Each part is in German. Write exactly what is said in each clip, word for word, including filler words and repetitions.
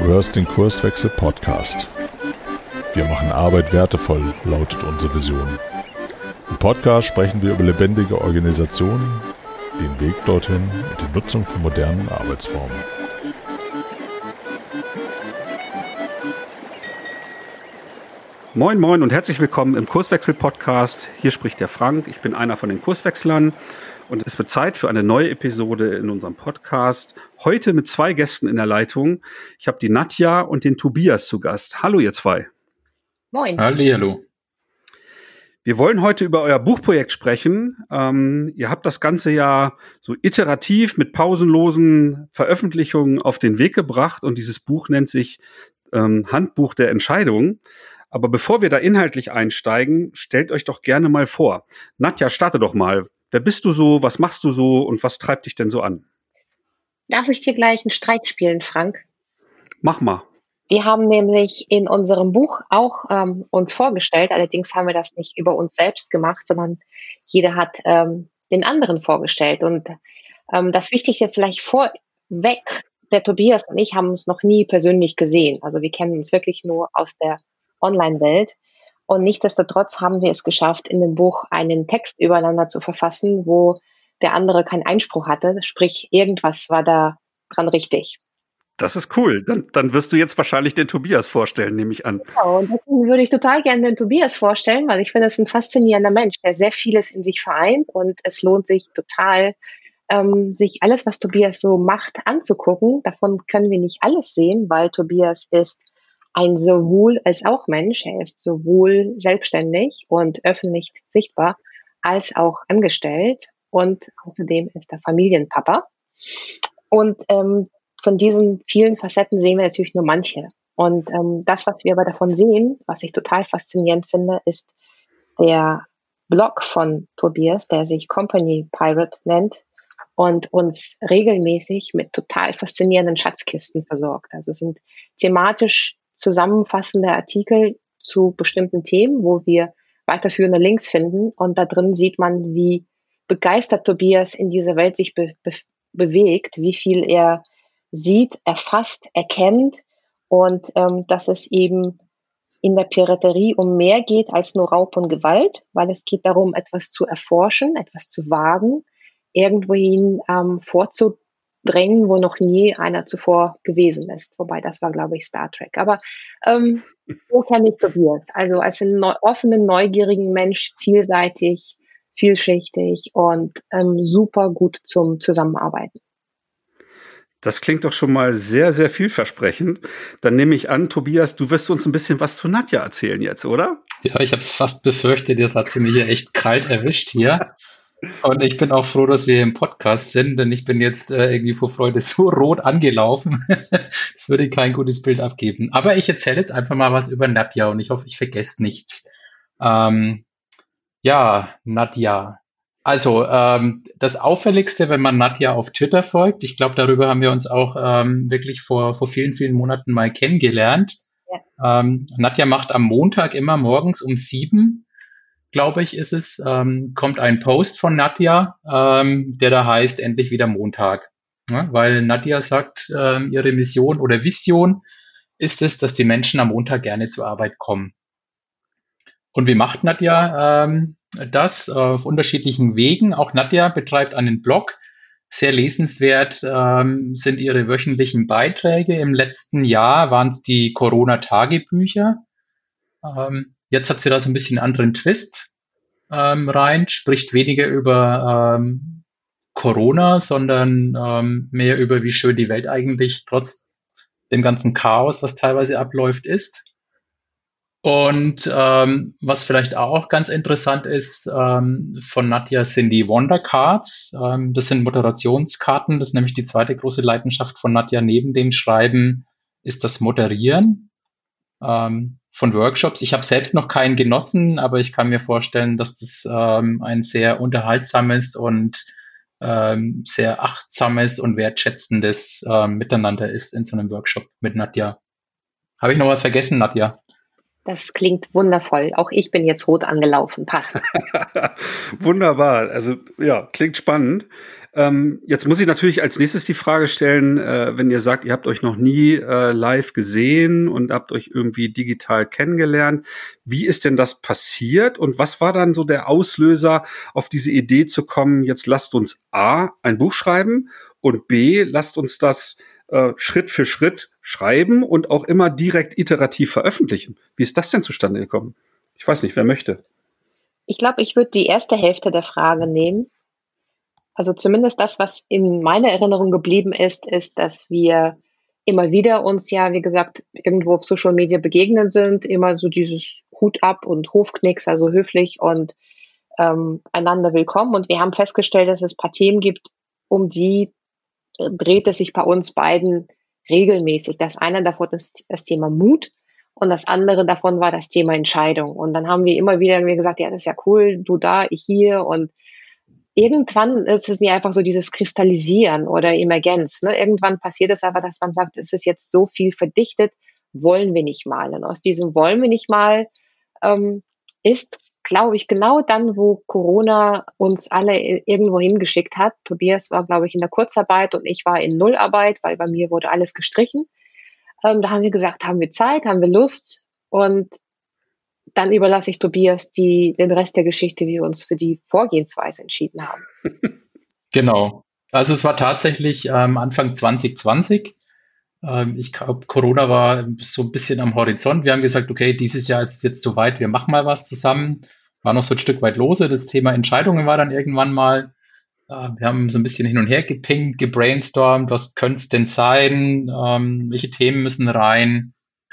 hörst den Kurswechsel Podcast. Wir machen Arbeit wertevoll, lautet unsere Vision. Im Podcast sprechen wir über lebendige Organisationen, den Weg dorthin und die Nutzung von modernen Arbeitsformen. Moin Moin und herzlich willkommen im Kurswechsel Podcast. Hier spricht der Frank, ich bin einer von den Kurswechslern und es wird Zeit für eine neue Episode in unserem Podcast. Heute mit zwei Gästen in der Leitung. Ich habe die Nadja und den Tobias zu Gast. Hallo ihr zwei. Moin. Hallihallo. Wir wollen heute über euer Buchprojekt sprechen. Ähm, ihr habt das ganze ja so iterativ mit pausenlosen Veröffentlichungen auf den Weg gebracht und dieses Buch nennt sich ähm, Handbuch der Entscheidung. Aber bevor wir da inhaltlich einsteigen, stellt euch doch gerne mal vor. Nadja, starte doch mal. Wer bist du so, was machst du so und was treibt dich denn so an? Darf ich dir gleich einen Streich spielen, Frank? Mach mal. Wir haben nämlich in unserem Buch auch ähm, uns vorgestellt, allerdings haben wir das nicht über uns selbst gemacht, sondern jeder hat ähm, den anderen vorgestellt. Und ähm, das Wichtigste vielleicht vorweg, der Tobias und ich haben uns noch nie persönlich gesehen. Also wir kennen uns wirklich nur aus der Online-Welt. Und nichtsdestotrotz haben wir es geschafft, in dem Buch einen Text übereinander zu verfassen, wo der andere keinen Einspruch hatte. Sprich, irgendwas war da dran richtig. Das ist cool. Dann, dann wirst du jetzt wahrscheinlich den Tobias vorstellen, nehme ich an. Genau, und deswegen würde ich total gerne den Tobias vorstellen, weil ich finde, es ist ein faszinierender Mensch, der sehr vieles in sich vereint und es lohnt sich total, ähm, sich alles, was Tobias so macht, anzugucken. Davon können wir nicht alles sehen, weil Tobias ist ein sowohl als auch Mensch. Er ist sowohl selbstständig und öffentlich sichtbar als auch angestellt und außerdem ist er Familienpapa. Und ähm, von diesen vielen Facetten sehen wir natürlich nur manche. Und ähm, das, was wir aber davon sehen, was ich total faszinierend finde, ist der Blog von Tobias, der sich Company Pirate nennt und uns regelmäßig mit total faszinierenden Schatzkisten versorgt. Also es sind thematisch zusammenfassende Artikel zu bestimmten Themen, wo wir weiterführende Links finden. Und da drin sieht man, wie begeistert Tobias in dieser Welt sich be- be- bewegt, wie viel er sieht, erfasst, erkennt und ähm, dass es eben in der Piraterie um mehr geht als nur Raub und Gewalt, weil es geht darum, etwas zu erforschen, etwas zu wagen, irgendwohin ähm, vorzudrängen, wo noch nie einer zuvor gewesen ist. Wobei, das war, glaube ich, Star Trek. Aber ähm, so kenne ich Tobias. Also als einen neu- offenen, neugierigen Mensch, vielseitig, vielschichtig und ähm, super gut zum Zusammenarbeiten. Das klingt doch schon mal sehr, sehr vielversprechend. Dann nehme ich an, Tobias, du wirst uns ein bisschen was zu Nadja erzählen jetzt, oder? Ja, ich habe es fast befürchtet, jetzt hat sie mich ja echt kalt erwischt hier. Und ich bin auch froh, dass wir im Podcast sind, denn ich bin jetzt äh, irgendwie vor Freude so rot angelaufen. Das würde kein gutes Bild abgeben. Aber ich erzähle jetzt einfach mal was über Nadja und ich hoffe, ich vergesse nichts. Ähm, ja, Nadja. Also, ähm, das Auffälligste, wenn man Nadja auf Twitter folgt, ich glaube, darüber haben wir uns auch ähm, wirklich vor, vor vielen, vielen Monaten mal kennengelernt. Ja. Ähm, Nadja macht am Montag immer morgens um sieben, glaube ich, ist es, ähm, kommt ein Post von Nadja, ähm, der da heißt, endlich wieder Montag. Ja, weil Nadja sagt, ähm, ihre Mission oder Vision ist es, dass die Menschen am Montag gerne zur Arbeit kommen. Und wie macht Nadja ähm, das? Äh, auf unterschiedlichen Wegen. Auch Nadja betreibt einen Blog. Sehr lesenswert ähm, sind ihre wöchentlichen Beiträge. Im letzten Jahr waren es die Corona-Tagebücher. Ähm, jetzt hat sie da so ein bisschen anderen Twist ähm, rein, spricht weniger über ähm, Corona, sondern ähm, mehr über, wie schön die Welt eigentlich trotz dem ganzen Chaos, was teilweise abläuft, ist. Und ähm, was vielleicht auch ganz interessant ist, ähm, von Nadja sind die Wonder Cards. Ähm, das sind Moderationskarten. Das ist nämlich die zweite große Leidenschaft von Nadja neben dem Schreiben, ist das Moderieren ähm, von Workshops. Ich habe selbst noch keinen genossen, aber ich kann mir vorstellen, dass das ähm, ein sehr unterhaltsames und ähm, sehr achtsames und wertschätzendes ähm, Miteinander ist in so einem Workshop mit Nadja. Habe ich noch was vergessen, Nadja? Das klingt wundervoll. Auch ich bin jetzt rot angelaufen. Passt. Wunderbar. Also ja, klingt spannend. Ähm, jetzt muss ich natürlich als nächstes die Frage stellen, äh, wenn ihr sagt, ihr habt euch noch nie äh, live gesehen und habt euch irgendwie digital kennengelernt. Wie ist denn das passiert und was war dann so der Auslöser, auf diese Idee zu kommen, jetzt lasst uns A, ein Buch schreiben und B, lasst uns das äh, Schritt für Schritt schreiben und auch immer direkt iterativ veröffentlichen. Wie ist das denn zustande gekommen? Ich weiß nicht, wer möchte. Ich glaube, ich würde die erste Hälfte der Frage nehmen. Also zumindest das, was in meiner Erinnerung geblieben ist, ist, dass wir immer wieder uns ja, wie gesagt, irgendwo auf Social Media begegnet sind, immer so dieses Hut ab und Hofknicks, also höflich und ähm, einander willkommen. Und wir haben festgestellt, dass es ein paar Themen gibt, um die äh, dreht es sich bei uns beiden regelmäßig. Das eine davon ist das Thema Mut und das andere davon war das Thema Entscheidung. Und dann haben wir immer wieder gesagt, ja, das ist ja cool, du da, ich hier. Und irgendwann ist es nicht einfach so dieses Kristallisieren oder Emergenz. Ne? Irgendwann passiert es aber, dass man sagt, es ist jetzt so viel verdichtet, wollen wir nicht mal. Und aus diesem wollen wir nicht mal ähm, ist, glaube ich, genau dann, wo Corona uns alle irgendwo hingeschickt hat. Tobias war, glaube ich, in der Kurzarbeit und ich war in Nullarbeit, weil bei mir wurde alles gestrichen. Ähm, da haben wir gesagt, haben wir Zeit, haben wir Lust und dann überlasse ich Tobias die, den Rest der Geschichte, wie wir uns für die Vorgehensweise entschieden haben. Genau. Also es war tatsächlich ähm, Anfang zwanzig zwanzig. Ähm, ich glaube, Corona war so ein bisschen am Horizont. Wir haben gesagt, okay, dieses Jahr ist es jetzt soweit, wir machen mal was zusammen. War noch so ein Stück weit lose. Das Thema Entscheidungen war dann irgendwann mal. Äh, wir haben so ein bisschen hin und her gepinkt, gebrainstormt, was könnte es denn sein, ähm, welche Themen müssen rein.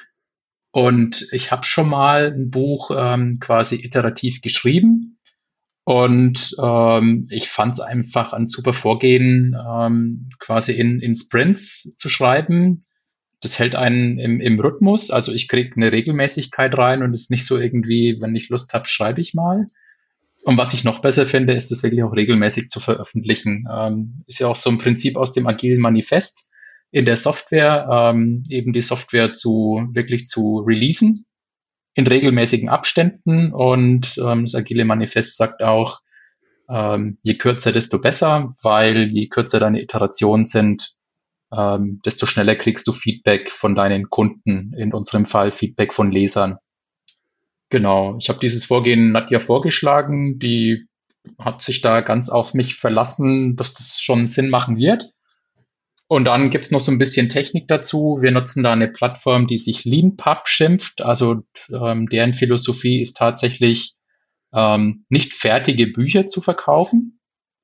Und ich habe schon mal ein Buch ähm, quasi iterativ geschrieben und ähm, ich fand es einfach ein super Vorgehen, ähm, quasi in, in Sprints zu schreiben. Das hält einen im, im Rhythmus, also ich kriege eine Regelmäßigkeit rein und es ist nicht so irgendwie, wenn ich Lust habe, schreibe ich mal. Und was ich noch besser finde, ist es wirklich auch regelmäßig zu veröffentlichen. Ähm, ist ja auch so ein Prinzip aus dem agilen Manifest. In der Software ähm, eben die Software zu wirklich zu releasen in regelmäßigen Abständen und ähm, das agile Manifest sagt auch, ähm, je kürzer, desto besser, weil je kürzer deine Iterationen sind, ähm, desto schneller kriegst du Feedback von deinen Kunden, in unserem Fall Feedback von Lesern. Genau, ich habe dieses Vorgehen Nadja vorgeschlagen, die hat sich da ganz auf mich verlassen, dass das schon Sinn machen wird. Und dann gibt's noch so ein bisschen Technik dazu. Wir nutzen da eine Plattform, die sich Leanpub schimpft. Also ähm, deren Philosophie ist tatsächlich, ähm, nicht fertige Bücher zu verkaufen.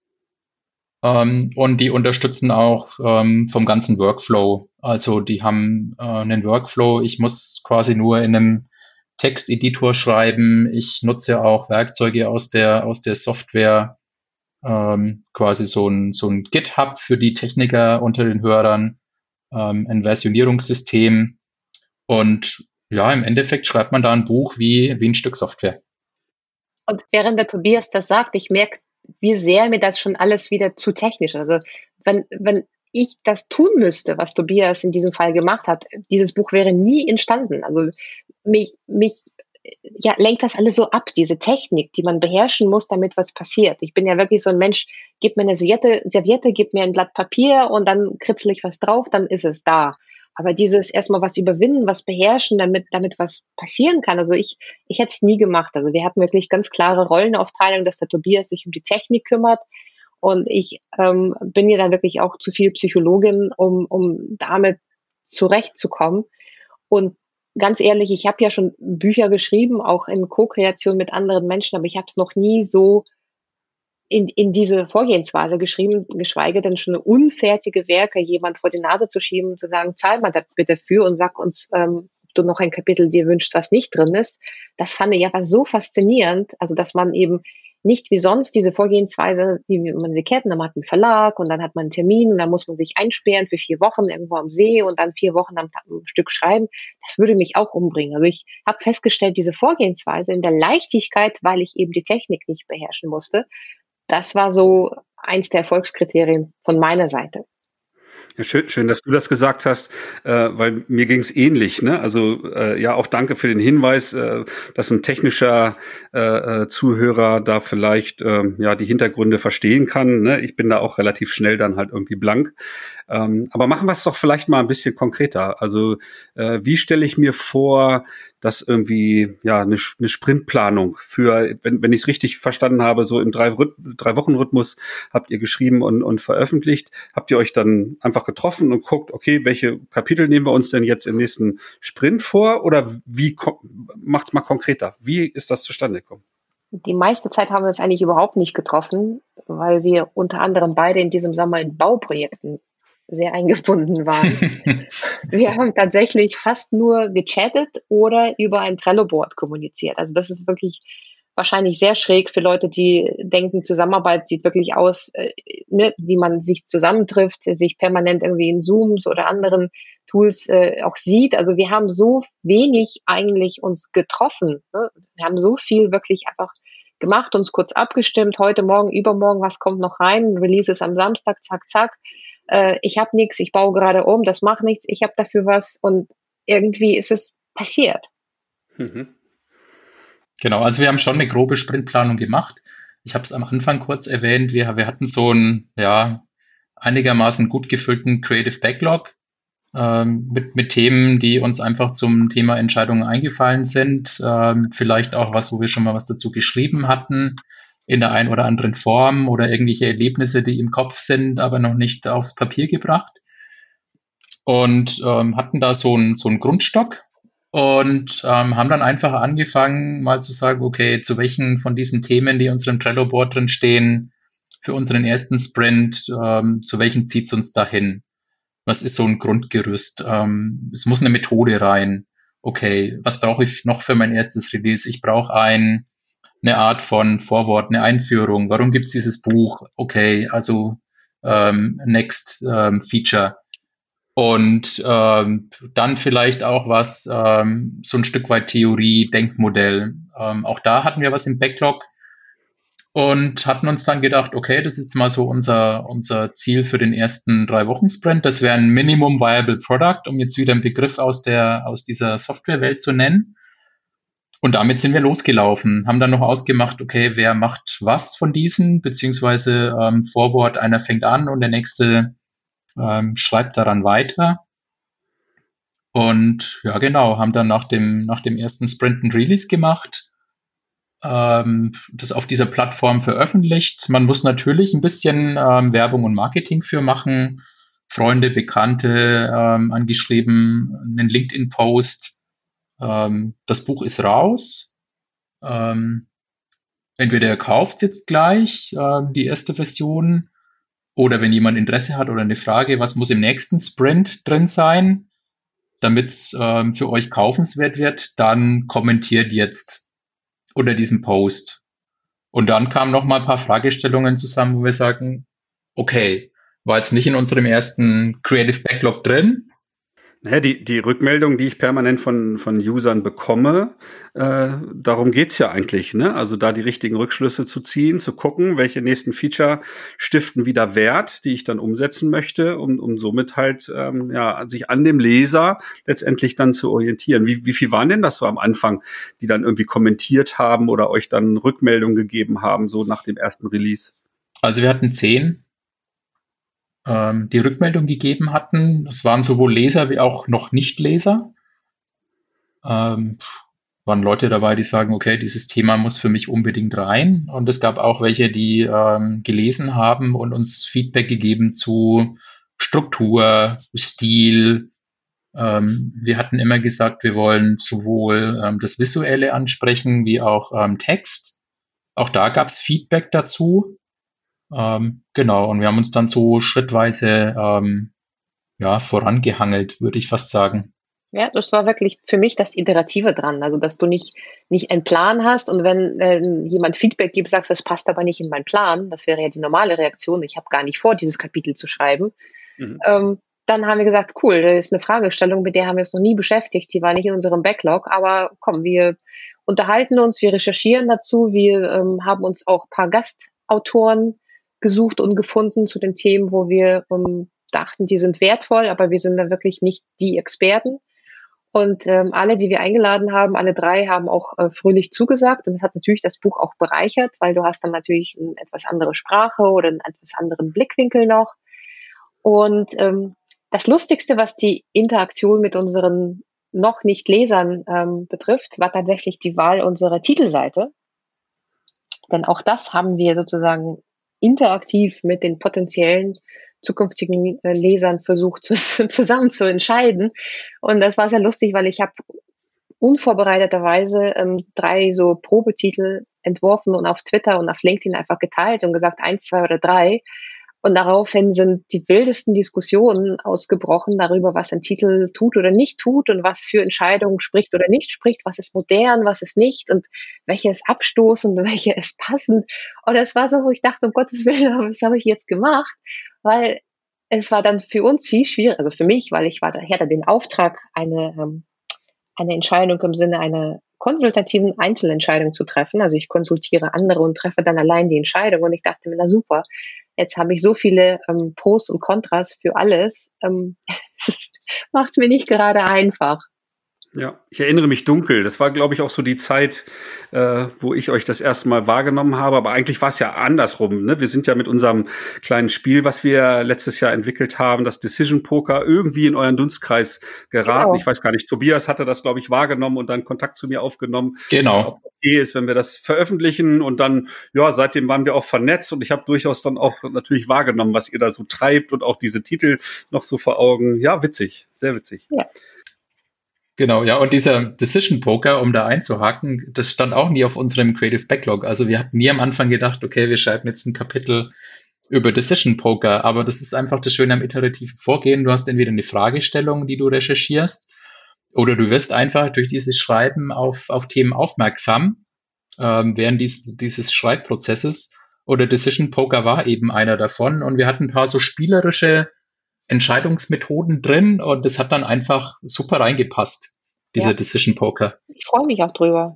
Ähm, und die unterstützen auch ähm, vom ganzen Workflow. Also die haben äh, einen Workflow. Ich muss quasi nur in einem Texteditor schreiben. Ich nutze auch Werkzeuge aus der, aus der Software. Ähm, quasi so ein, so ein GitHub für die Techniker unter den Hörern, ähm, ein Versionierungssystem und ja, im Endeffekt schreibt man da ein Buch wie, wie ein Stück Software. Und während der Tobias das sagt, ich merke, wie sehr mir das schon alles wieder zu technisch ist. Also wenn, wenn ich das tun müsste, was Tobias in diesem Fall gemacht hat, dieses Buch wäre nie entstanden. Also mich, mich ja, lenkt das alles so ab, diese Technik, die man beherrschen muss, damit was passiert. Ich bin ja wirklich so ein Mensch, gib mir eine Serviette, Serviette, gib mir ein Blatt Papier und dann kritzel ich was drauf, dann ist es da. Aber dieses erstmal was überwinden, was beherrschen, damit, damit was passieren kann. Also ich, ich hätte es nie gemacht. Also wir hatten wirklich ganz klare Rollenaufteilung, dass der Tobias sich um die Technik kümmert. Und ich ähm, bin ja dann wirklich auch zu viel Psychologin, um, um damit zurechtzukommen. Und ganz ehrlich, ich habe ja schon Bücher geschrieben, auch in Co-Kreation mit anderen Menschen, aber ich habe es noch nie so in, in diese Vorgehensweise geschrieben, geschweige denn schon unfertige Werke jemand vor die Nase zu schieben und zu sagen, zahl mal da bitte für und sag uns, ähm, ob du noch ein Kapitel dir wünschst, was nicht drin ist. Das fand ich ja was so faszinierend, also dass man eben nicht wie sonst diese Vorgehensweise, wie man sie kennt, man hat einen Verlag und dann hat man einen Termin und dann muss man sich einsperren für vier Wochen irgendwo am See und dann vier Wochen am, am Stück schreiben. Das würde mich auch umbringen. Also ich habe festgestellt, diese Vorgehensweise in der Leichtigkeit, weil ich eben die Technik nicht beherrschen musste, das war so eins der Erfolgskriterien von meiner Seite. Ja, schön, schön, dass du das gesagt hast, äh, weil mir ging es ähnlich. Ne? Also äh, ja, auch danke für den Hinweis, äh, dass ein technischer äh, äh, Zuhörer da vielleicht äh, ja die Hintergründe verstehen kann. Ne? Ich bin da auch relativ schnell dann halt irgendwie blank. Ähm, aber machen wir es doch vielleicht mal ein bisschen konkreter. Also äh, wie stelle ich mir vor, dass irgendwie ja eine, eine Sprintplanung für, wenn, wenn ich es richtig verstanden habe, so im drei, drei Wochen Rhythmus habt ihr geschrieben und, und veröffentlicht. Habt ihr euch dann einfach getroffen und guckt, okay, welche Kapitel nehmen wir uns denn jetzt im nächsten Sprint vor? Oder wie macht's mal konkreter? Wie ist das zustande gekommen? Die meiste Zeit haben wir uns eigentlich überhaupt nicht getroffen, weil wir unter anderem beide in diesem Sommer in Bauprojekten sehr eingebunden waren. Wir haben tatsächlich fast nur gechattet oder über ein Trello-Board kommuniziert. Also das ist wirklich wahrscheinlich sehr schräg für Leute, die denken, Zusammenarbeit sieht wirklich aus, äh, ne, wie man sich zusammentrifft, sich permanent irgendwie in Zooms oder anderen Tools äh, auch sieht. Also wir haben so wenig eigentlich uns getroffen. Ne? Wir haben so viel wirklich einfach gemacht, uns kurz abgestimmt, heute, morgen, übermorgen, was kommt noch rein, Release ist am Samstag, zack, zack. Äh, ich habe nichts, ich baue gerade um, das macht nichts, ich habe dafür was und irgendwie ist es passiert. Mhm. Genau, also wir haben schon eine grobe Sprintplanung gemacht. Ich habe es am Anfang kurz erwähnt, wir, wir hatten so einen ja, einigermaßen gut gefüllten Creative Backlog ähm, mit, mit Themen, die uns einfach zum Thema Entscheidungen eingefallen sind. Ähm, vielleicht auch was, wo wir schon mal was dazu geschrieben hatten, in der einen oder anderen Form oder irgendwelche Erlebnisse, die im Kopf sind, aber noch nicht aufs Papier gebracht. Und ähm, hatten da so einen so einen Grundstock. Und ähm, haben dann einfach angefangen, mal zu sagen, okay, zu welchen von diesen Themen, die in unserem Trello-Board drin stehen, für unseren ersten Sprint, ähm, zu welchen zieht es uns dahin? Was ist so ein Grundgerüst? Ähm, es muss eine Methode rein. Okay, was brauche ich noch für mein erstes Release? Ich brauche ein, eine Art von Vorwort, eine Einführung. Warum gibt es dieses Buch? Okay, also ähm, Next ähm, Feature. Und ähm, dann vielleicht auch was, ähm, so ein Stück weit Theorie, Denkmodell. Ähm, auch da hatten wir was im Backlog und hatten uns dann gedacht, okay, das ist jetzt mal so unser, unser Ziel für den ersten drei-Wochen-Sprint. Das wäre ein Minimum Viable Product, um jetzt wieder einen Begriff aus der, aus dieser Softwarewelt zu nennen. Und damit sind wir losgelaufen, haben dann noch ausgemacht, okay, wer macht was von diesen, beziehungsweise ähm, Vorwort, einer fängt an und der nächste Ähm, schreibt daran weiter. Und ja, genau, haben dann nach dem, nach dem ersten Sprint ein Release gemacht, ähm, das auf dieser Plattform veröffentlicht. Man muss natürlich ein bisschen ähm, Werbung und Marketing für machen, Freunde, Bekannte ähm, angeschrieben, einen LinkedIn-Post. Ähm, das Buch ist raus. Ähm, entweder ihr kauft es jetzt gleich, äh, die erste Version, oder wenn jemand Interesse hat oder eine Frage, was muss im nächsten Sprint drin sein, damit es ähm, für euch kaufenswert wird, dann kommentiert jetzt unter diesem Post. Und dann kamen noch mal ein paar Fragestellungen zusammen, wo wir sagen, okay, war jetzt nicht in unserem ersten Creative Backlog drin. Naja, die, die Rückmeldung, die ich permanent von, von Usern bekomme, äh, darum geht's ja eigentlich, ne? Also da die richtigen Rückschlüsse zu ziehen, zu gucken, welche nächsten Feature stiften wieder Wert, die ich dann umsetzen möchte, um, um somit halt ähm, ja sich an dem Leser letztendlich dann zu orientieren. Wie, wie viel waren denn das so am Anfang, die dann irgendwie kommentiert haben oder euch dann Rückmeldung gegeben haben, so nach dem ersten Release? Also wir hatten zehn, ähm, die Rückmeldung gegeben hatten. Es waren sowohl Leser wie auch noch Nicht-Leser. Ähm, waren Leute dabei, die sagen, okay, dieses Thema muss für mich unbedingt rein. Und es gab auch welche, die ähm, gelesen haben und uns Feedback gegeben zu Struktur, Stil. Ähm, wir hatten immer gesagt, wir wollen sowohl ähm, das Visuelle ansprechen wie auch ähm, Text. Auch da gab es Feedback dazu. Ähm, genau, und wir haben uns dann so schrittweise ähm, ja, vorangehangelt, würde ich fast sagen. Ja, das war wirklich für mich das Iterative dran. Also, dass du nicht, nicht einen Plan hast und wenn äh, jemand Feedback gibt, sagst, das passt aber nicht in meinen Plan. Das wäre ja die normale Reaktion. Ich habe gar nicht vor, dieses Kapitel zu schreiben. Mhm. Ähm, dann haben wir gesagt, cool, das ist eine Fragestellung, mit der haben wir uns noch nie beschäftigt. Die war nicht in unserem Backlog, aber komm, wir unterhalten uns, wir recherchieren dazu. Wir ähm, haben uns auch ein paar Gastautoren gesucht und gefunden zu den Themen, wo wir ähm, dachten, die sind wertvoll, aber wir sind da wirklich nicht die Experten. Und ähm, alle, die wir eingeladen haben, alle drei haben auch äh, fröhlich zugesagt. Und das hat natürlich das Buch auch bereichert, weil du hast dann natürlich eine etwas andere Sprache oder einen etwas anderen Blickwinkel noch. Und ähm, das Lustigste, was die Interaktion mit unseren noch nicht Lesern ähm, betrifft, war tatsächlich die Wahl unserer Titelseite. Denn auch das haben wir sozusagen interaktiv mit den potenziellen zukünftigen äh, Lesern versucht zu, zusammen zu entscheiden. Und das war sehr lustig, weil ich habe unvorbereiteterweise ähm, drei so Probetitel entworfen und auf Twitter und auf LinkedIn einfach geteilt und gesagt, eins, zwei oder drei. Und daraufhin sind die wildesten Diskussionen ausgebrochen darüber, was ein Titel tut oder nicht tut und was für Entscheidungen spricht oder nicht spricht, was ist modern, was ist nicht und welche ist abstoßend und welche ist passend. Und es war so, wo ich dachte, um Gottes Willen, was habe ich jetzt gemacht? Weil es war dann für uns viel schwieriger, also für mich, weil ich war, ich hatte den Auftrag, eine, ähm, eine Entscheidung im Sinne einer konsultativen Einzelentscheidung zu treffen. Also ich konsultiere andere und treffe dann allein die Entscheidung. Und ich dachte mir, na super, jetzt habe ich so viele ähm, Pros und Kontras für alles. Ähm, das macht es mir nicht gerade einfach. Ja, ich erinnere mich dunkel. Das war, glaube ich, auch so die Zeit, äh, wo ich euch das erste Mal wahrgenommen habe. Aber eigentlich war es ja andersrum. Ne? Wir sind ja mit unserem kleinen Spiel, was wir letztes Jahr entwickelt haben, das Decision Poker, irgendwie in euren Dunstkreis geraten. Genau. Ich weiß gar nicht, Tobias hatte das, glaube ich, wahrgenommen und dann Kontakt zu mir aufgenommen. Genau. Ob okay ist, wenn wir das veröffentlichen. Und dann, ja, seitdem waren wir auch vernetzt. Und ich habe durchaus dann auch natürlich wahrgenommen, was ihr da so treibt und auch diese Titel noch so vor Augen. Ja, witzig, sehr witzig. Ja. Genau, ja, und dieser Decision Poker, um da einzuhaken, das stand auch nie auf unserem Creative Backlog. Also wir hatten nie am Anfang gedacht, okay, wir schreiben jetzt ein Kapitel über Decision Poker, aber das ist einfach das Schöne am iterativen Vorgehen. Du hast entweder eine Fragestellung, die du recherchierst, oder du wirst einfach durch dieses Schreiben auf, auf Themen aufmerksam ähm, während dies, dieses Schreibprozesses. Oder Decision Poker war eben einer davon. Und wir hatten ein paar so spielerische Entscheidungsmethoden drin und das hat dann einfach super reingepasst, dieser ja. Decision Poker. Ich freue mich auch drüber.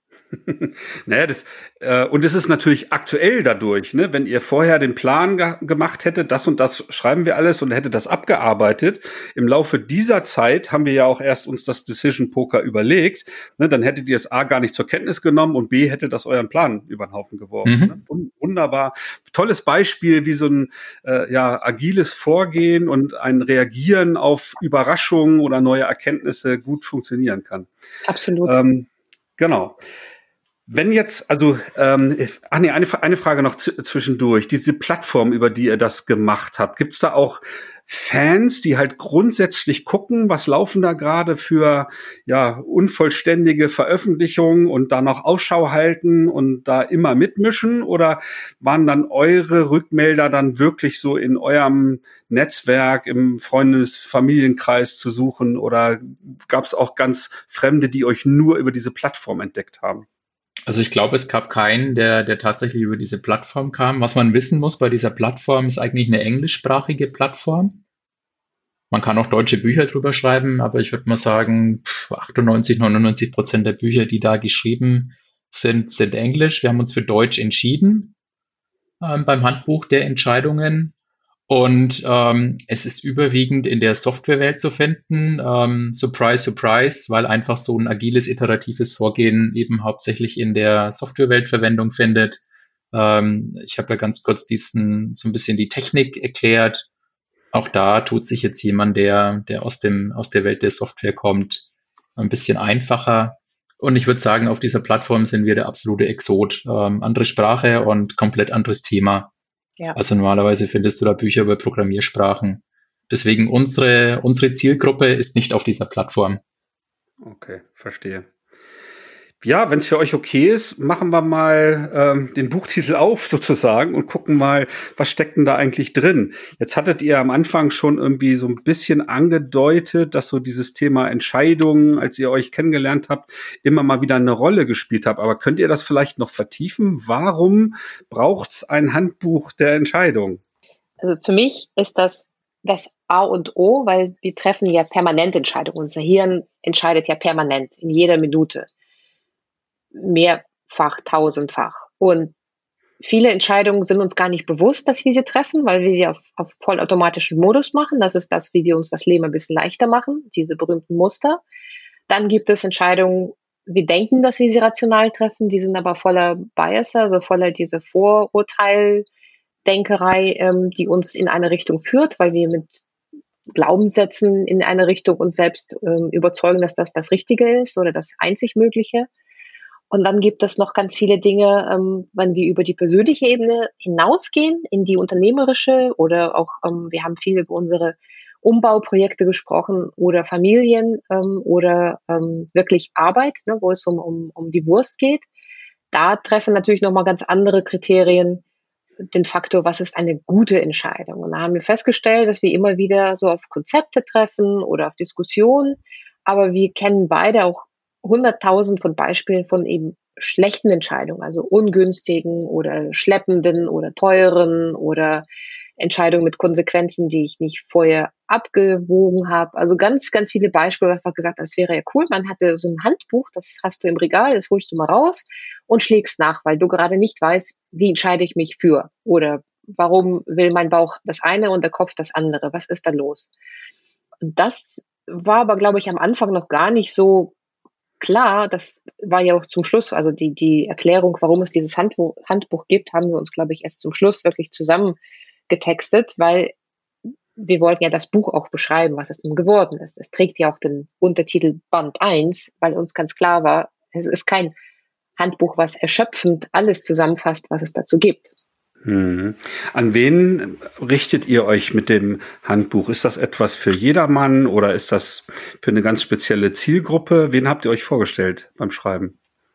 Naja, das, äh, und es ist natürlich aktuell dadurch, ne? Wenn ihr vorher den Plan ge- gemacht hättet, das und das schreiben wir alles und hättet das abgearbeitet, im Laufe dieser Zeit haben wir ja auch erst uns das Decision Poker überlegt, ne? Dann hättet ihr es A gar nicht zur Kenntnis genommen und B hätte das euren Plan über den Haufen geworfen. Mhm. Ne? Wund- wunderbar. Tolles Beispiel, wie so ein äh, ja agiles Vorgehen und ein Reagieren auf Überraschungen oder neue Erkenntnisse gut funktionieren kann. Absolut. Ähm, genau. Wenn jetzt, also, ähm, ach nee, eine, eine Frage noch z- zwischendurch. Diese Plattform, über die ihr das gemacht habt, gibt's da auch Fans, die halt grundsätzlich gucken, was laufen da gerade für ja unvollständige Veröffentlichungen und da noch Ausschau halten und da immer mitmischen? Oder waren dann eure Rückmelder dann wirklich so in eurem Netzwerk, im Freundes-Familienkreis zu suchen? Oder gab's auch ganz Fremde, die euch nur über diese Plattform entdeckt haben? Also ich glaube, es gab keinen, der, der tatsächlich über diese Plattform kam. Was man wissen muss bei dieser Plattform, ist eigentlich eine englischsprachige Plattform. Man kann auch deutsche Bücher drüber schreiben, aber ich würde mal sagen, achtundneunzig, neunundneunzig Prozent der Bücher, die da geschrieben sind, sind Englisch. Wir haben uns für Deutsch entschieden ähm, beim Handbuch der Entscheidungen. Und ähm, es ist überwiegend in der Softwarewelt zu finden. Ähm, surprise, surprise, weil einfach so ein agiles, iteratives Vorgehen eben hauptsächlich in der Softwarewelt Verwendung findet. Ähm, ich habe ja ganz kurz diesen so ein bisschen die Technik erklärt. Auch da tut sich jetzt jemand, der, der aus dem aus der Welt der Software kommt, ein bisschen einfacher. Und ich würde sagen, auf dieser Plattform sind wir der absolute Exot. Ähm, andere Sprache und komplett anderes Thema. Ja. Also normalerweise findest du da Bücher über Programmiersprachen. Deswegen unsere, unsere Zielgruppe ist nicht auf dieser Plattform. Okay, verstehe. Ja, wenn es für euch okay ist, machen wir mal ähm, den Buchtitel auf sozusagen und gucken mal, was steckt denn da eigentlich drin. Jetzt hattet ihr am Anfang schon irgendwie so ein bisschen angedeutet, dass so dieses Thema Entscheidungen, als ihr euch kennengelernt habt, immer mal wieder eine Rolle gespielt habt. Aber könnt ihr das vielleicht noch vertiefen? Warum braucht's ein Handbuch der Entscheidung? Also für mich ist das das A und O, weil wir treffen ja permanent Entscheidungen. Unser Hirn entscheidet ja permanent, in jeder Minute. Mehrfach, tausendfach. Und viele Entscheidungen sind uns gar nicht bewusst, dass wir sie treffen, weil wir sie auf, auf vollautomatischen Modus machen. Das ist das, wie wir uns das Leben ein bisschen leichter machen, diese berühmten Muster. Dann gibt es Entscheidungen, wir denken, dass wir sie rational treffen, die sind aber voller Bias, also voller diese Vorurteildenkerei, ähm, die uns in eine Richtung führt, weil wir mit Glaubenssätzen in eine Richtung uns selbst ähm, überzeugen, dass das das Richtige ist oder das einzig Mögliche. Und dann gibt es noch ganz viele Dinge, ähm, wenn wir über die persönliche Ebene hinausgehen, in die unternehmerische oder auch, ähm, wir haben viel über unsere Umbauprojekte gesprochen oder Familien ähm, oder ähm, wirklich Arbeit, ne, wo es um, um, um die Wurst geht. Da treffen natürlich nochmal ganz andere Kriterien den Faktor, was ist eine gute Entscheidung. Und da haben wir festgestellt, dass wir immer wieder so auf Konzepte treffen oder auf Diskussionen, aber wir kennen beide auch hunderttausend von Beispielen von eben schlechten Entscheidungen, also ungünstigen oder schleppenden oder teuren oder Entscheidungen mit Konsequenzen, die ich nicht vorher abgewogen habe. Also ganz, ganz viele Beispiele, wo ich einfach gesagt habe, es wäre ja cool, man hatte so ein Handbuch, das hast du im Regal, das holst du mal raus und schlägst nach, weil du gerade nicht weißt, wie entscheide ich mich für oder warum will mein Bauch das eine und der Kopf das andere, was ist da los? Und das war aber, glaube ich, am Anfang noch gar nicht so klar, das war ja auch zum Schluss, also die, die Erklärung, warum es dieses Handbuch, Handbuch gibt, haben wir uns, glaube ich, erst zum Schluss wirklich zusammen getextet, weil wir wollten ja das Buch auch beschreiben, was es nun geworden ist. Es trägt ja auch den Untertitel Band eins, weil uns ganz klar war, es ist kein Handbuch, was erschöpfend alles zusammenfasst, was es dazu gibt. Hm. An wen richtet ihr euch mit dem Handbuch? Ist das etwas für jedermann oder ist das für eine ganz spezielle Zielgruppe? Wen habt ihr euch vorgestellt beim Schreiben?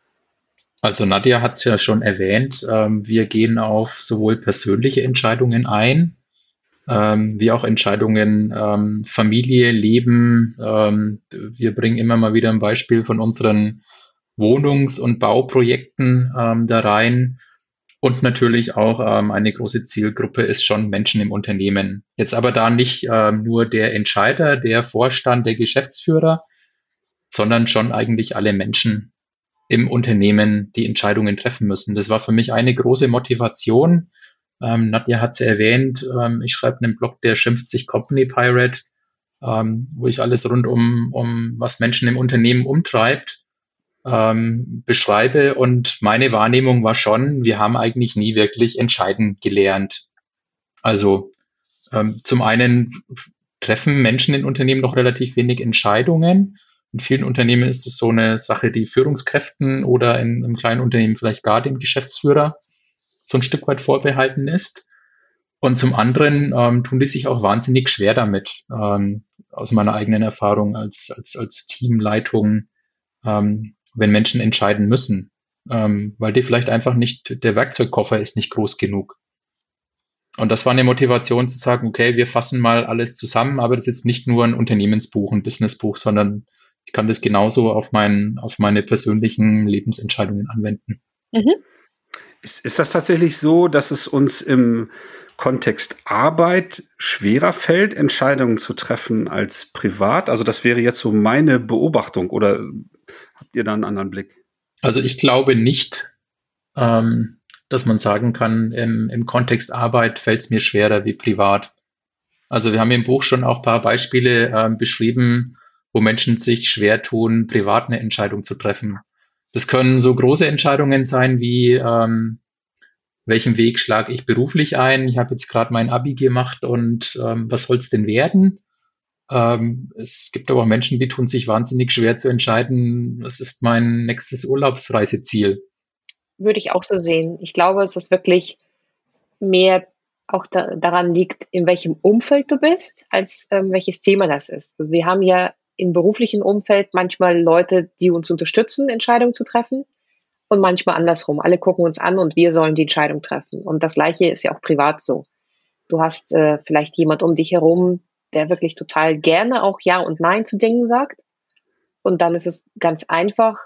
Also Nadja hat es ja schon erwähnt, ähm, wir gehen auf sowohl persönliche Entscheidungen ein, ähm, wie auch Entscheidungen ähm, Familie, Leben. Ähm, wir bringen immer mal wieder ein Beispiel von unseren Wohnungs- und Bauprojekten ähm, da rein. Und natürlich auch ähm, eine große Zielgruppe ist schon Menschen im Unternehmen. Jetzt aber da nicht ähm, nur der Entscheider, der Vorstand, der Geschäftsführer, sondern schon eigentlich alle Menschen im Unternehmen, die Entscheidungen treffen müssen. Das war für mich eine große Motivation. Ähm, Nadja hat es erwähnt, ähm, ich schreibe einen Blog, der schimpft sich Company Pirate, ähm, wo ich alles rund um, um was Menschen im Unternehmen umtreibt, ähm, beschreibe. Und meine Wahrnehmung war schon, wir haben eigentlich nie wirklich entscheiden gelernt. Also ähm, zum einen treffen Menschen in Unternehmen noch relativ wenig Entscheidungen. In vielen Unternehmen ist es so eine Sache, die Führungskräften oder in einem kleinen Unternehmen vielleicht gar dem Geschäftsführer so ein Stück weit vorbehalten ist. Und zum anderen ähm, tun die sich auch wahnsinnig schwer damit, ähm, aus meiner eigenen Erfahrung als, als, als Teamleitung, ähm, wenn Menschen entscheiden müssen, ähm, weil die vielleicht einfach nicht, der Werkzeugkoffer ist nicht groß genug. Und das war eine Motivation zu sagen, okay, wir fassen mal alles zusammen, aber das ist nicht nur ein Unternehmensbuch, ein Businessbuch, sondern ich kann das genauso auf, mein, auf meine persönlichen Lebensentscheidungen anwenden. Mhm. Ist, ist das tatsächlich so, dass es uns im Kontext Arbeit schwerer fällt, Entscheidungen zu treffen als privat? Also das wäre jetzt so meine Beobachtung, oder habt ihr da einen anderen Blick? Also ich glaube nicht, ähm, dass man sagen kann, im, im Kontext Arbeit fällt es mir schwerer wie privat. Also wir haben im Buch schon auch ein paar Beispiele äh, beschrieben, wo Menschen sich schwer tun, privat eine Entscheidung zu treffen. Das können so große Entscheidungen sein wie, ähm, welchen Weg schlage ich beruflich ein? Ich habe jetzt gerade mein Abi gemacht und ähm, was soll es denn werden? Ähm, es gibt aber auch Menschen, die tun sich wahnsinnig schwer zu entscheiden, was ist mein nächstes Urlaubsreiseziel? Würde ich auch so sehen. Ich glaube, es ist wirklich mehr auch da, daran liegt, in welchem Umfeld du bist, als ähm, welches Thema das ist. Also wir haben ja im beruflichen Umfeld manchmal Leute, die uns unterstützen, Entscheidungen zu treffen, und manchmal andersrum. Alle gucken uns an und wir sollen die Entscheidung treffen. Und das Gleiche ist ja auch privat so. Du hast äh, vielleicht jemand um dich herum, der wirklich total gerne auch Ja und Nein zu Dingen sagt. Und dann ist es ganz einfach,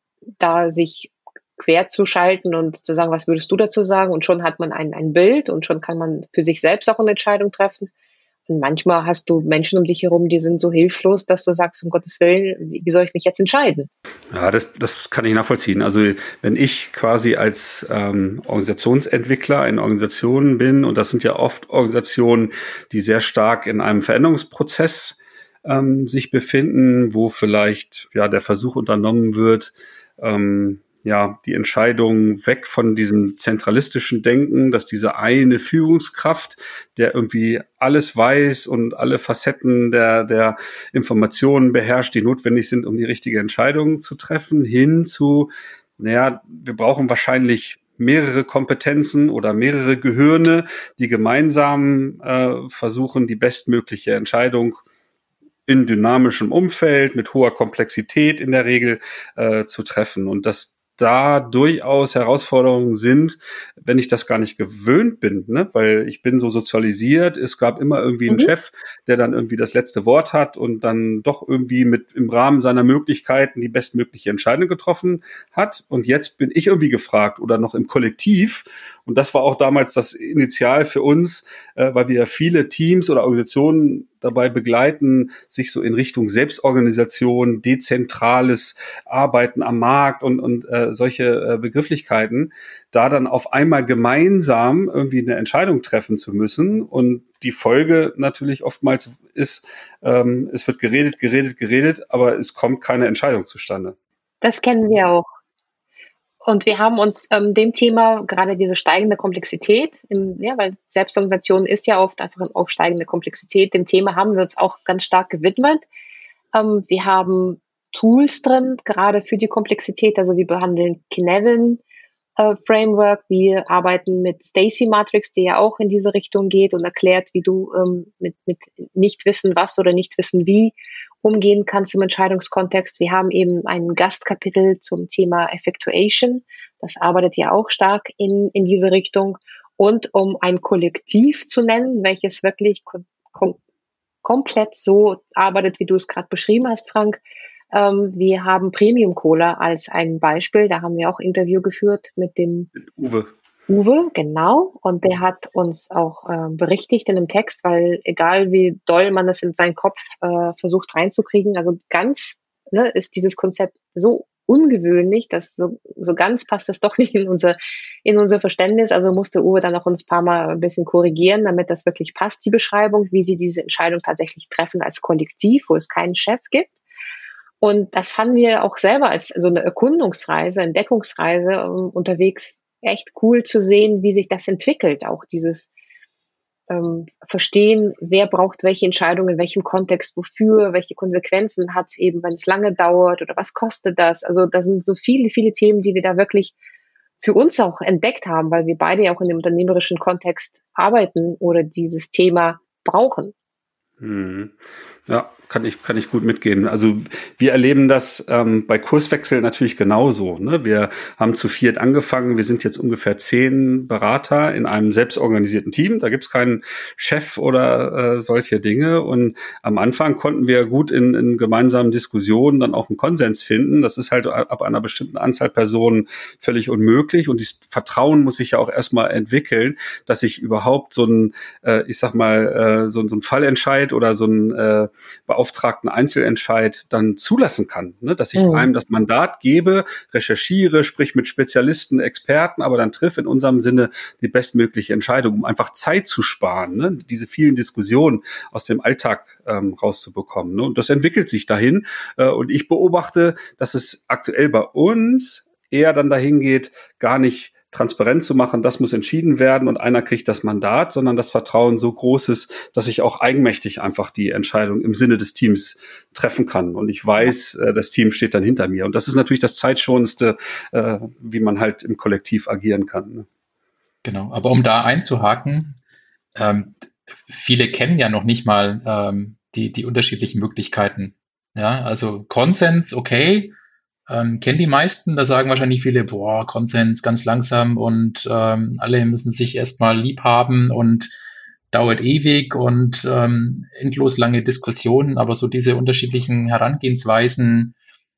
da sich quer zu schalten und zu sagen, was würdest du dazu sagen? Und schon hat man ein, ein Bild und schon kann man für sich selbst auch eine Entscheidung treffen. Und manchmal hast du Menschen um dich herum, die sind so hilflos, dass du sagst, um Gottes Willen, wie soll ich mich jetzt entscheiden? Ja, das, das kann ich nachvollziehen. Also wenn ich quasi als ähm, Organisationsentwickler in Organisationen bin, und das sind ja oft Organisationen, die sehr stark in einem Veränderungsprozess ähm, sich befinden, wo vielleicht ja der Versuch unternommen wird, ähm, ja, die Entscheidung weg von diesem zentralistischen Denken, dass diese eine Führungskraft, der irgendwie alles weiß und alle Facetten der, der Informationen beherrscht, die notwendig sind, um die richtige Entscheidung zu treffen, hin zu, naja, wir brauchen wahrscheinlich mehrere Kompetenzen oder mehrere Gehirne, die gemeinsam äh, versuchen, die bestmögliche Entscheidung in dynamischem Umfeld, mit hoher Komplexität in der Regel äh, zu treffen. Und das da durchaus Herausforderungen sind, wenn ich das gar nicht gewöhnt bin, ne? Weil ich bin so sozialisiert, es gab immer irgendwie einen mhm. Chef, der dann irgendwie das letzte Wort hat und dann doch irgendwie mit im Rahmen seiner Möglichkeiten die bestmögliche Entscheidung getroffen hat. Und jetzt bin ich irgendwie gefragt oder noch im Kollektiv. Und das war auch damals das Initial für uns, äh, weil wir viele Teams oder Organisationen dabei begleiten, sich so in Richtung Selbstorganisation, dezentrales Arbeiten am Markt und, und äh, solche äh, Begrifflichkeiten, da dann auf einmal gemeinsam irgendwie eine Entscheidung treffen zu müssen. Und die Folge natürlich oftmals ist, ähm, es wird geredet, geredet, geredet, aber es kommt keine Entscheidung zustande. Das kennen wir auch. Und wir haben uns ähm, dem Thema, gerade diese steigende Komplexität, in, ja, weil Selbstorganisation ist ja oft einfach auch steigende Komplexität, dem Thema haben wir uns auch ganz stark gewidmet. Ähm, wir haben Tools drin, gerade für die Komplexität, also wir behandeln Kinevin äh, Framework, wir arbeiten mit Stacy Matrix, die ja auch in diese Richtung geht und erklärt, wie du ähm, mit, mit nicht wissen was oder nicht wissen wie umgehen kannst im Entscheidungskontext. Wir haben eben ein Gastkapitel zum Thema Effectuation. Das arbeitet ja auch stark in, in diese Richtung. Und um ein Kollektiv zu nennen, welches wirklich kom- kom- komplett so arbeitet, wie du es gerade beschrieben hast, Frank. Ähm, wir haben Premium Cola als ein Beispiel. Da haben wir auch Interview geführt mit dem Uwe. Uwe, genau. Und der hat uns auch äh, berichtigt in dem Text, weil egal wie doll man das in seinen Kopf äh, versucht reinzukriegen, also ganz ne, ist dieses Konzept so ungewöhnlich, dass so, so ganz passt das doch nicht in unser, in unser Verständnis. Also musste Uwe dann auch uns ein paar Mal ein bisschen korrigieren, damit das wirklich passt, die Beschreibung, wie sie diese Entscheidung tatsächlich treffen als Kollektiv, wo es keinen Chef gibt. Und das fanden wir auch selber als so eine Erkundungsreise, Entdeckungsreise um, unterwegs echt cool zu sehen, wie sich das entwickelt. Auch dieses ähm, Verstehen, wer braucht welche Entscheidung, in welchem Kontext, wofür, welche Konsequenzen hat es eben, wenn es lange dauert oder was kostet das. Also da sind so viele, viele Themen, die wir da wirklich für uns auch entdeckt haben, weil wir beide ja auch in dem unternehmerischen Kontext arbeiten oder dieses Thema brauchen. Hm. Ja, kann ich, kann ich gut mitgehen. Also wir erleben das ähm, bei Kurswechsel natürlich genauso. Ne? Wir haben zu viert angefangen. Wir sind jetzt ungefähr zehn Berater in einem selbstorganisierten Team. Da gibt's keinen Chef oder äh, solche Dinge. Und am Anfang konnten wir gut in, in gemeinsamen Diskussionen dann auch einen Konsens finden. Das ist halt ab einer bestimmten Anzahl Personen völlig unmöglich. Und das Vertrauen muss sich ja auch erstmal entwickeln, dass ich überhaupt so ein, äh, ich sag mal, äh, so, so ein Fallentscheid oder so ein äh, beauftragten Einzelentscheid dann zulassen kann, ne? Dass ich mhm. einem das Mandat gebe, recherchiere, sprich mit Spezialisten, Experten, aber dann triff in unserem Sinne die bestmögliche Entscheidung, um einfach Zeit zu sparen, ne? Diese vielen Diskussionen aus dem Alltag ähm, rauszubekommen. Ne? Und das entwickelt sich dahin. Äh, und ich beobachte, dass es aktuell bei uns eher dann dahin geht, gar nicht transparent zu machen, das muss entschieden werden und einer kriegt das Mandat, sondern das Vertrauen so groß ist, dass ich auch eigenmächtig einfach die Entscheidung im Sinne des Teams treffen kann. Und ich weiß, äh, das Team steht dann hinter mir. Und das ist natürlich das Zeitschonendste, äh, wie man halt im Kollektiv agieren kann. Ne? Genau, aber um da einzuhaken, ähm, viele kennen ja noch nicht mal ähm, die, die unterschiedlichen Möglichkeiten. Ja, also Konsens, okay, Ähm, kennen die meisten, da sagen wahrscheinlich viele, boah, Konsens ganz langsam und ähm, alle müssen sich erstmal lieb haben und dauert ewig und ähm, endlos lange Diskussionen, aber so diese unterschiedlichen Herangehensweisen,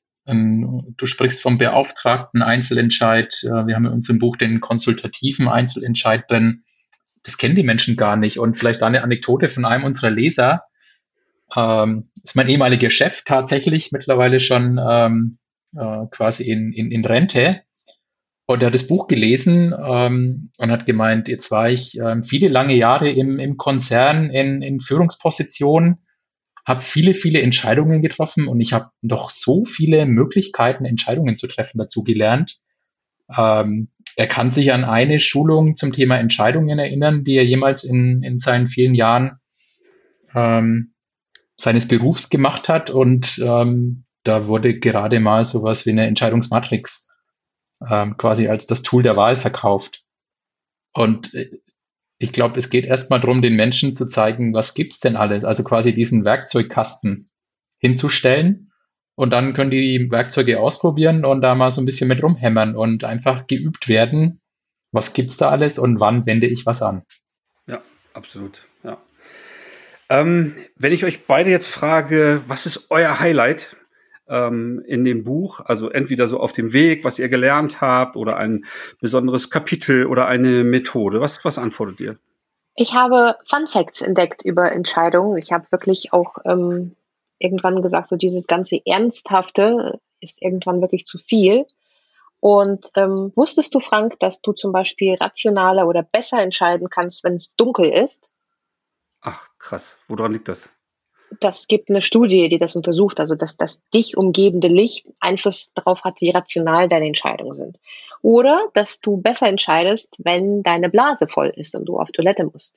ähm, du sprichst vom beauftragten Einzelentscheid, äh, wir haben in unserem Buch den konsultativen Einzelentscheid drin, das kennen die Menschen gar nicht. Und vielleicht da eine Anekdote von einem unserer Leser. Ähm, ist mein ehemaliger Chef tatsächlich mittlerweile schon ähm, äh, quasi in, in, in Rente. Und er hat das Buch gelesen ähm, und hat gemeint, jetzt war ich ähm, viele lange Jahre im, im Konzern in, in Führungspositionen, habe viele, viele Entscheidungen getroffen und ich habe noch so viele Möglichkeiten, Entscheidungen zu treffen, dazu gelernt. Ähm, er kann sich an eine Schulung zum Thema Entscheidungen erinnern, die er jemals in, in seinen vielen Jahren ähm, seines Berufs gemacht hat, und ähm, da wurde gerade mal sowas wie eine Entscheidungsmatrix ähm, quasi als das Tool der Wahl verkauft. Und äh, ich glaube, es geht erstmal darum, den Menschen zu zeigen, was gibt's denn alles, also quasi diesen Werkzeugkasten hinzustellen, und dann können die Werkzeuge ausprobieren und da mal so ein bisschen mit rumhämmern und einfach geübt werden, was gibt's da alles und wann wende ich was an. Ja, absolut, ja. Ähm, wenn ich euch beide jetzt frage, was ist euer Highlight ähm, in dem Buch? Also entweder so auf dem Weg, was ihr gelernt habt, oder ein besonderes Kapitel oder eine Methode. Was, was antwortet ihr? Ich habe Fun Facts entdeckt über Entscheidungen. Ich habe wirklich auch ähm, irgendwann gesagt, so dieses ganze Ernsthafte ist irgendwann wirklich zu viel. Und ähm, wusstest du, Frank, dass du zum Beispiel rationaler oder besser entscheiden kannst, wenn es dunkel ist? Ach, krass. Woran liegt das? Das gibt eine Studie, die das untersucht, also dass das dich umgebende Licht Einfluss darauf hat, wie rational deine Entscheidungen sind. Oder dass du besser entscheidest, wenn deine Blase voll ist und du auf Toilette musst.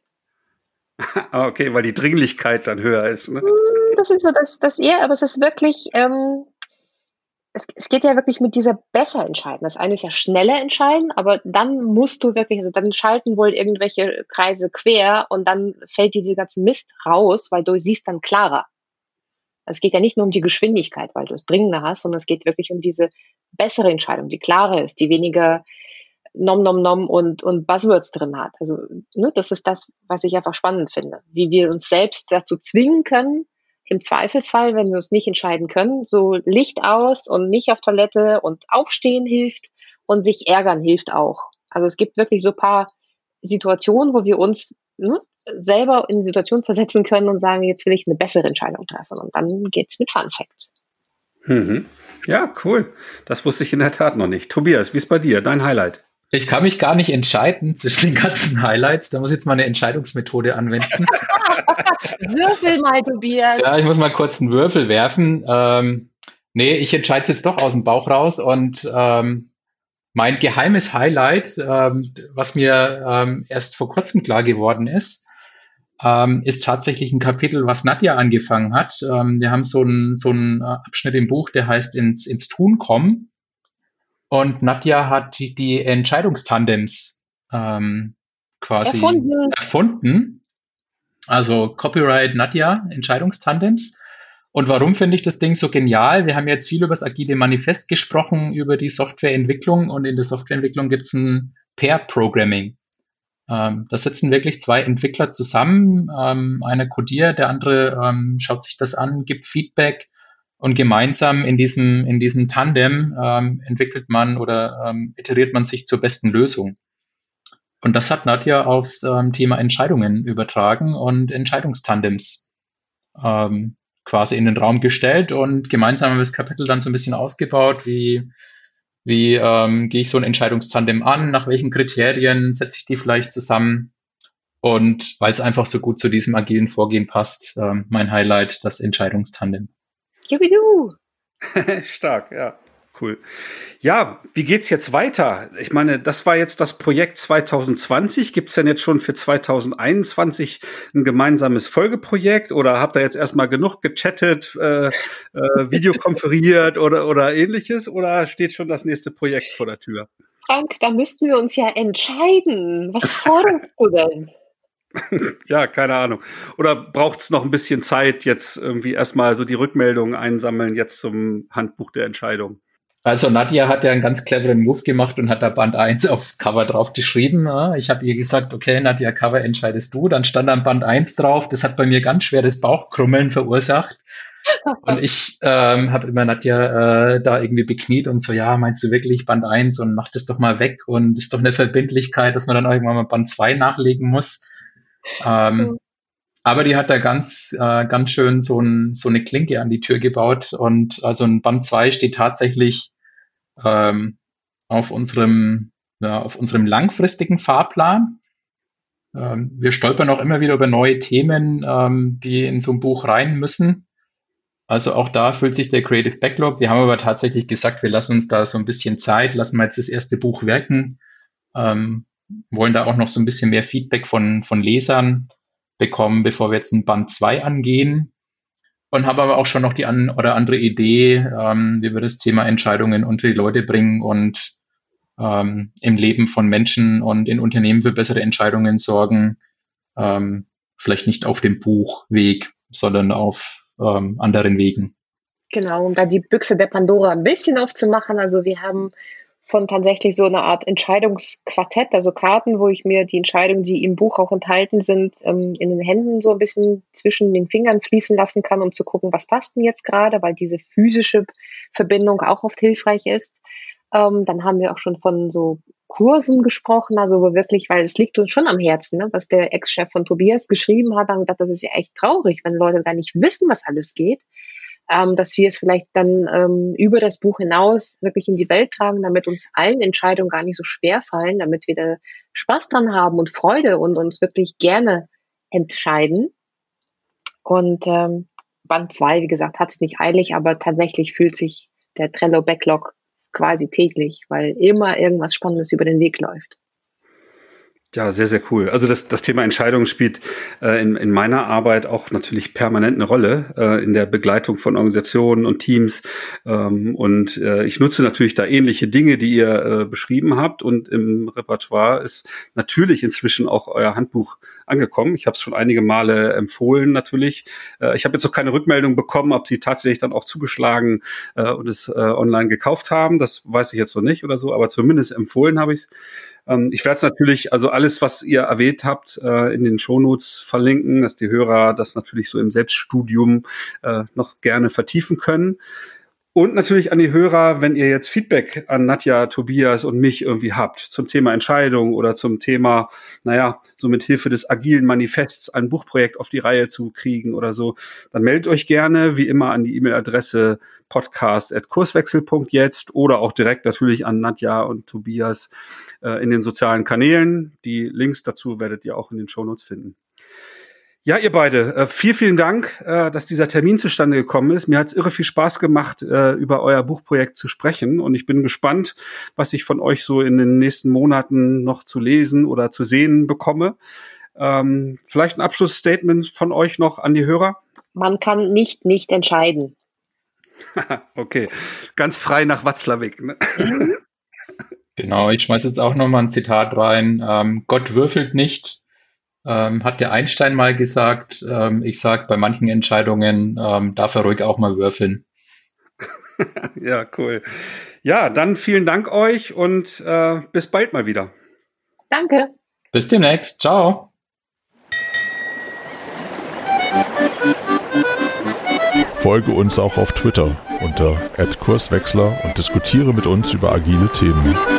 Okay, weil die Dringlichkeit dann höher ist, ne? Das ist so das, das eher, aber es ist wirklich, ähm, es, es geht ja wirklich mit dieser besser entscheiden. Das eine ist ja schneller entscheiden, aber dann musst du wirklich, also dann schalten wohl irgendwelche Kreise quer und dann fällt dieser ganze Mist raus, weil du siehst dann klarer. Es geht ja nicht nur um die Geschwindigkeit, weil du es dringender hast, sondern es geht wirklich um diese bessere Entscheidung, die klarer ist, die weniger Nom Nom Nom und, und Buzzwords drin hat. Also ne, das ist das, was ich einfach spannend finde. Wie wir uns selbst dazu zwingen können, im Zweifelsfall, wenn wir uns nicht entscheiden können, so Licht aus und nicht auf Toilette und aufstehen hilft und sich ärgern hilft auch. Also es gibt wirklich so ein paar Situationen, wo wir uns ne, selber in Situationen versetzen können und sagen, jetzt will ich eine bessere Entscheidung treffen. Und dann geht's mit Fun Facts. Mhm. Ja, cool. Das wusste ich in der Tat noch nicht. Tobias, wie ist bei dir? Dein Highlight? Ich kann mich gar nicht entscheiden zwischen den ganzen Highlights. Da muss ich jetzt mal eine Entscheidungsmethode anwenden. Würfel mal, Tobias. Ja, ich muss mal kurz einen Würfel werfen. Ähm, nee, ich entscheide es jetzt doch aus dem Bauch raus. Und ähm, mein geheimes Highlight, ähm, was mir ähm, erst vor kurzem klar geworden ist, ähm, ist tatsächlich ein Kapitel, was Nadja angefangen hat. Ähm, wir haben so einen so einen Abschnitt im Buch, der heißt ins, ins Tun kommen. Und Nadja hat die, die Entscheidungstandems ähm, quasi Erfunden. erfunden. Also Copyright Nadja, Entscheidungstandems. Und warum finde ich das Ding so genial? Wir haben jetzt viel über das agile Manifest gesprochen, über die Softwareentwicklung. Und in der Softwareentwicklung gibt es ein Pair-Programming. Ähm, da sitzen wirklich zwei Entwickler zusammen. Ähm, einer codiert, der andere ähm, schaut sich das an, gibt Feedback. Und gemeinsam in diesem, in diesem Tandem ähm, entwickelt man oder ähm, iteriert man sich zur besten Lösung. Und das hat Nadja aufs ähm, Thema Entscheidungen übertragen und Entscheidungstandems ähm, quasi in den Raum gestellt. Und gemeinsam haben wir das Kapitel dann so ein bisschen ausgebaut, wie, wie ähm, gehe ich so ein Entscheidungstandem an, nach welchen Kriterien setze ich die vielleicht zusammen. Und weil es einfach so gut zu diesem agilen Vorgehen passt, ähm, mein Highlight, das Entscheidungstandem. Jubidu. Stark, ja. Cool. Ja, wie geht's jetzt weiter? Ich meine, das war jetzt das Projekt zwanzig zwanzig. Gibt's denn jetzt schon für zwanzig einundzwanzig ein gemeinsames Folgeprojekt oder habt ihr jetzt erstmal genug gechattet, äh, äh, videokonferiert oder, oder ähnliches? Oder steht schon das nächste Projekt vor der Tür? Frank, da müssten wir uns ja entscheiden. Was forderst du denn? Ja, keine Ahnung. Oder braucht's noch ein bisschen Zeit, jetzt irgendwie erstmal so die Rückmeldungen einsammeln, jetzt zum Handbuch der Entscheidung? Also Nadja hat ja einen ganz cleveren Move gemacht und hat da Band eins aufs Cover drauf geschrieben. Ich habe ihr gesagt, okay, Nadja, Cover entscheidest du. Dann stand da Band eins drauf. Das hat bei mir ganz schweres Bauchkrummeln verursacht. Und ich ähm, habe immer Nadja äh, da irgendwie bekniet und so, ja, meinst du wirklich Band eins und mach das doch mal weg und ist doch eine Verbindlichkeit, dass man dann irgendwann mal Band zwei nachlegen muss. Ähm, mhm. Aber die hat da ganz, äh, ganz schön so, ein, so eine Klinke an die Tür gebaut und also ein Band zwei steht tatsächlich ähm, auf unserem, ja, auf unserem langfristigen Fahrplan. Ähm, wir stolpern auch immer wieder über neue Themen, ähm, die in so ein Buch rein müssen. Also auch da füllt sich der Creative Backlog. Wir haben aber tatsächlich gesagt, wir lassen uns da so ein bisschen Zeit, lassen wir jetzt das erste Buch wirken, ähm, wollen da auch noch so ein bisschen mehr Feedback von, von Lesern bekommen, bevor wir jetzt ein Band zwei angehen. Und haben aber auch schon noch die an oder andere Idee, ähm, wie wir das Thema Entscheidungen unter die Leute bringen und ähm, im Leben von Menschen und in Unternehmen für bessere Entscheidungen sorgen. Ähm, vielleicht nicht auf dem Buchweg, sondern auf ähm, anderen Wegen. Genau, um da die Büchse der Pandora ein bisschen aufzumachen. Also wir haben von tatsächlich so einer Art Entscheidungsquartett, also Karten, wo ich mir die Entscheidungen, die im Buch auch enthalten sind, ähm, in den Händen so ein bisschen zwischen den Fingern fließen lassen kann, um zu gucken, was passt denn jetzt gerade, weil diese physische Verbindung auch oft hilfreich ist. Ähm, dann haben wir auch schon von so Kursen gesprochen, also wo wirklich, weil es liegt uns schon am Herzen, ne, was der Ex-Chef von Tobias geschrieben hat, haben gedacht, das ist ja echt traurig, wenn Leute gar nicht wissen, was alles geht. Ähm, dass wir es vielleicht dann ähm, über das Buch hinaus wirklich in die Welt tragen, damit uns allen Entscheidungen gar nicht so schwer fallen, damit wir da Spaß dran haben und Freude und uns wirklich gerne entscheiden. Und ähm, Band zwei, wie gesagt, hat es nicht eilig, aber tatsächlich fühlt sich der Trello-Backlog quasi täglich, weil immer irgendwas Spannendes über den Weg läuft. Ja, sehr, sehr cool. Also das, das Thema Entscheidungen spielt äh, in, in meiner Arbeit auch natürlich permanent eine Rolle äh, in der Begleitung von Organisationen und Teams. Ähm, und äh, ich nutze natürlich da ähnliche Dinge, die ihr äh, beschrieben habt. Und im Repertoire ist natürlich inzwischen auch euer Handbuch angekommen. Ich habe es schon einige Male empfohlen natürlich. Äh, ich habe jetzt noch keine Rückmeldung bekommen, ob sie tatsächlich dann auch zugeschlagen äh, und es äh, online gekauft haben. Das weiß ich jetzt noch nicht oder so, aber zumindest empfohlen habe ich es. Ich werde es natürlich, also alles, was ihr erwähnt habt, in den Shownotes verlinken, dass die Hörer das natürlich so im Selbststudium noch gerne vertiefen können. Und natürlich an die Hörer, wenn ihr jetzt Feedback an Nadja, Tobias und mich irgendwie habt zum Thema Entscheidung oder zum Thema, naja, so mit Hilfe des agilen Manifests ein Buchprojekt auf die Reihe zu kriegen oder so, dann meldet euch gerne wie immer an die E-Mail-Adresse podcast at kurswechsel punkt jetzt oder auch direkt natürlich an Nadja und Tobias äh, in den sozialen Kanälen. Die Links dazu werdet ihr auch in den Shownotes finden. Ja, ihr beide, äh, vielen, vielen Dank, äh, dass dieser Termin zustande gekommen ist. Mir hat es irre viel Spaß gemacht, äh, über euer Buchprojekt zu sprechen. Und ich bin gespannt, was ich von euch so in den nächsten Monaten noch zu lesen oder zu sehen bekomme. Ähm, vielleicht ein Abschlussstatement von euch noch an die Hörer? Man kann nicht nicht entscheiden. Okay, ganz frei nach Watzlawick. Ne? Genau, ich schmeiße jetzt auch nochmal ein Zitat rein. Ähm, Gott würfelt nicht. Ähm, hat der Einstein mal gesagt. Ähm, ich sage, bei manchen Entscheidungen ähm, darf er ruhig auch mal würfeln. Ja, cool. Ja, dann vielen Dank euch und äh, bis bald mal wieder. Danke. Bis demnächst. Ciao. Folge uns auch auf Twitter unter at kurswechsler und diskutiere mit uns über agile Themen.